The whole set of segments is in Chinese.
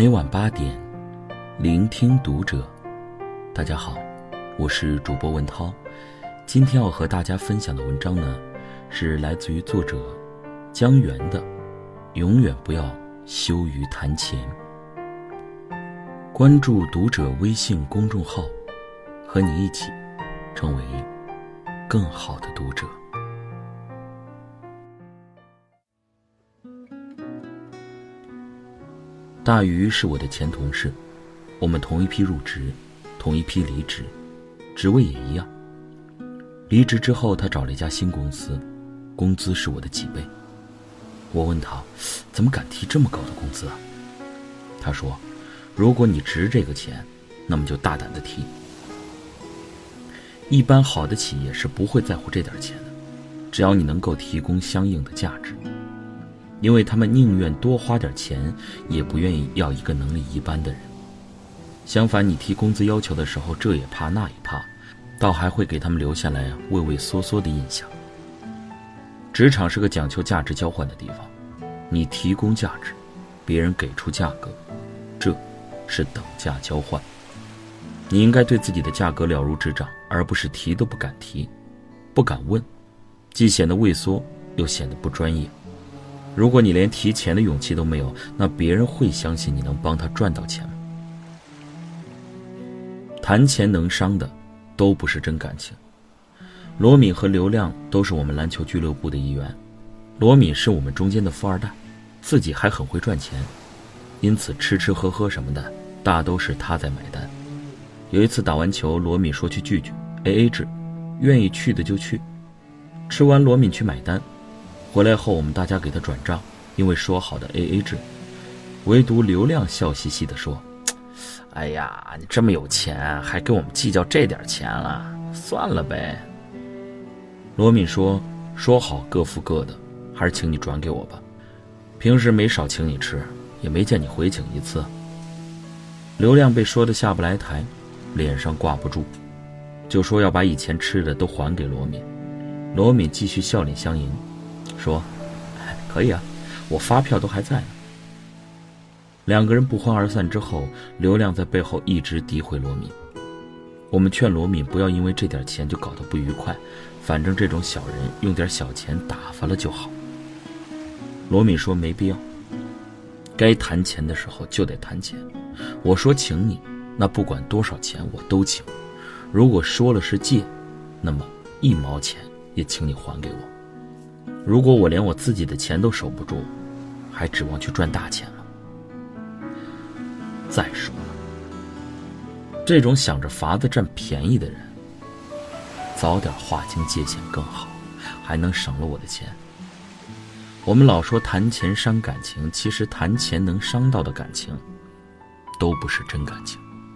每晚8点，聆听读者。大家好，我是主播文涛。今天要和大家分享的文章呢，是来自于作者江源的永远不要羞于谈钱。关注读者微信公众号，和你一起成为更好的读者。大鱼是我的前同事，我们同一批入职，同一批离职，职位也一样。离职之后，他找了一家新公司，工资是我的几倍。我问他，怎么敢提这么高的工资啊？他说，如果你值这个钱，那么就大胆的提。一般好的企业是不会在乎这点钱的，只要你能够提供相应的价值。因为他们宁愿多花点钱，也不愿意要一个能力一般的人。相反，你提工资要求的时候，这也怕那也怕，倒还会给他们留下来畏畏缩缩的印象。职场是个讲求价值交换的地方，你提供价值，别人给出价格，这是等价交换。你应该对自己的价格了如指掌，而不是提都不敢提，不敢问，既显得畏缩，又显得不专业。如果你连提钱的勇气都没有，那别人会相信你能帮他赚到钱吗？谈钱能伤的都不是真感情。罗敏和刘亮都是我们篮球俱乐部的一员，罗敏是我们中间的富二代，自己还很会赚钱，因此吃吃喝喝什么的大都是他在买单。有一次打完球，罗敏说去聚聚 AA 制，愿意去的就去。吃完罗敏去买单，回来后我们大家给他转账，因为说好的 AA 制。唯独刘亮笑嘻嘻地说，哎呀，你这么有钱还跟我们计较这点钱了，算了呗。罗敏说好各付各的，还是请你转给我吧，平时没少请你吃，也没见你回请一次。刘亮被说得下不来台，脸上挂不住，就说要把以前吃的都还给罗敏。罗敏继续笑脸相迎，说可以啊，我发票都还在呢。两个人不欢而散之后，刘亮在背后一直诋毁罗敏。我们劝罗敏不要因为这点钱就搞得不愉快，反正这种小人用点小钱打发了就好。罗敏说没必要，该谈钱的时候就得谈钱。我说请你，那不管多少钱我都请，如果说了是借，那么1毛钱也请你还给我。如果我连我自己的钱都守不住，还指望去赚大钱吗？再说了，这种想着法子占便宜的人，早点划清界限更好，还能省了我的钱。我们老说谈钱伤感情，其实谈钱能伤到的感情，都不是真感情。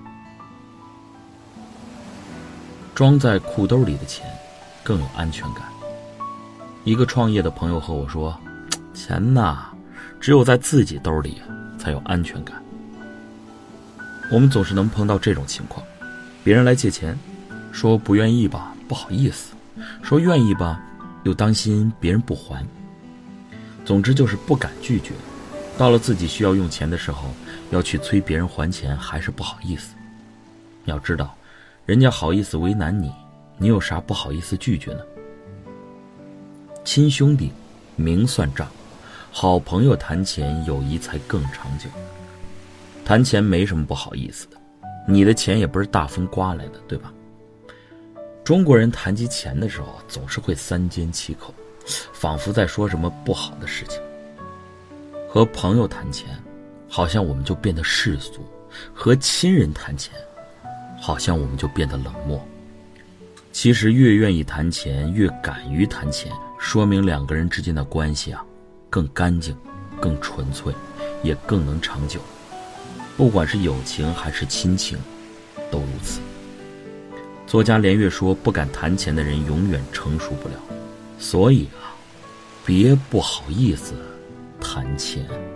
装在裤兜里的钱，更有安全感。一个创业的朋友和我说，钱呐，只有在自己兜里才有安全感。我们总是能碰到这种情况，别人来借钱，说不愿意吧，不好意思；说愿意吧，又担心别人不还。总之就是不敢拒绝。到了自己需要用钱的时候，要去催别人还钱，还是不好意思。要知道，人家好意思为难你，你有啥不好意思拒绝呢？亲兄弟明算账，好朋友谈钱，友谊才更长久。谈钱没什么不好意思的，你的钱也不是大风刮来的，对吧？中国人谈及钱的时候，总是会三缄其口，仿佛在说什么不好的事情。和朋友谈钱，好像我们就变得世俗；和亲人谈钱，好像我们就变得冷漠。其实越愿意谈钱，越敢于谈钱，说明两个人之间的关系更干净，更纯粹，也更能长久。不管是友情还是亲情，都如此。作家连岳说，不敢谈钱的人永远成熟不了。所以别不好意思谈钱。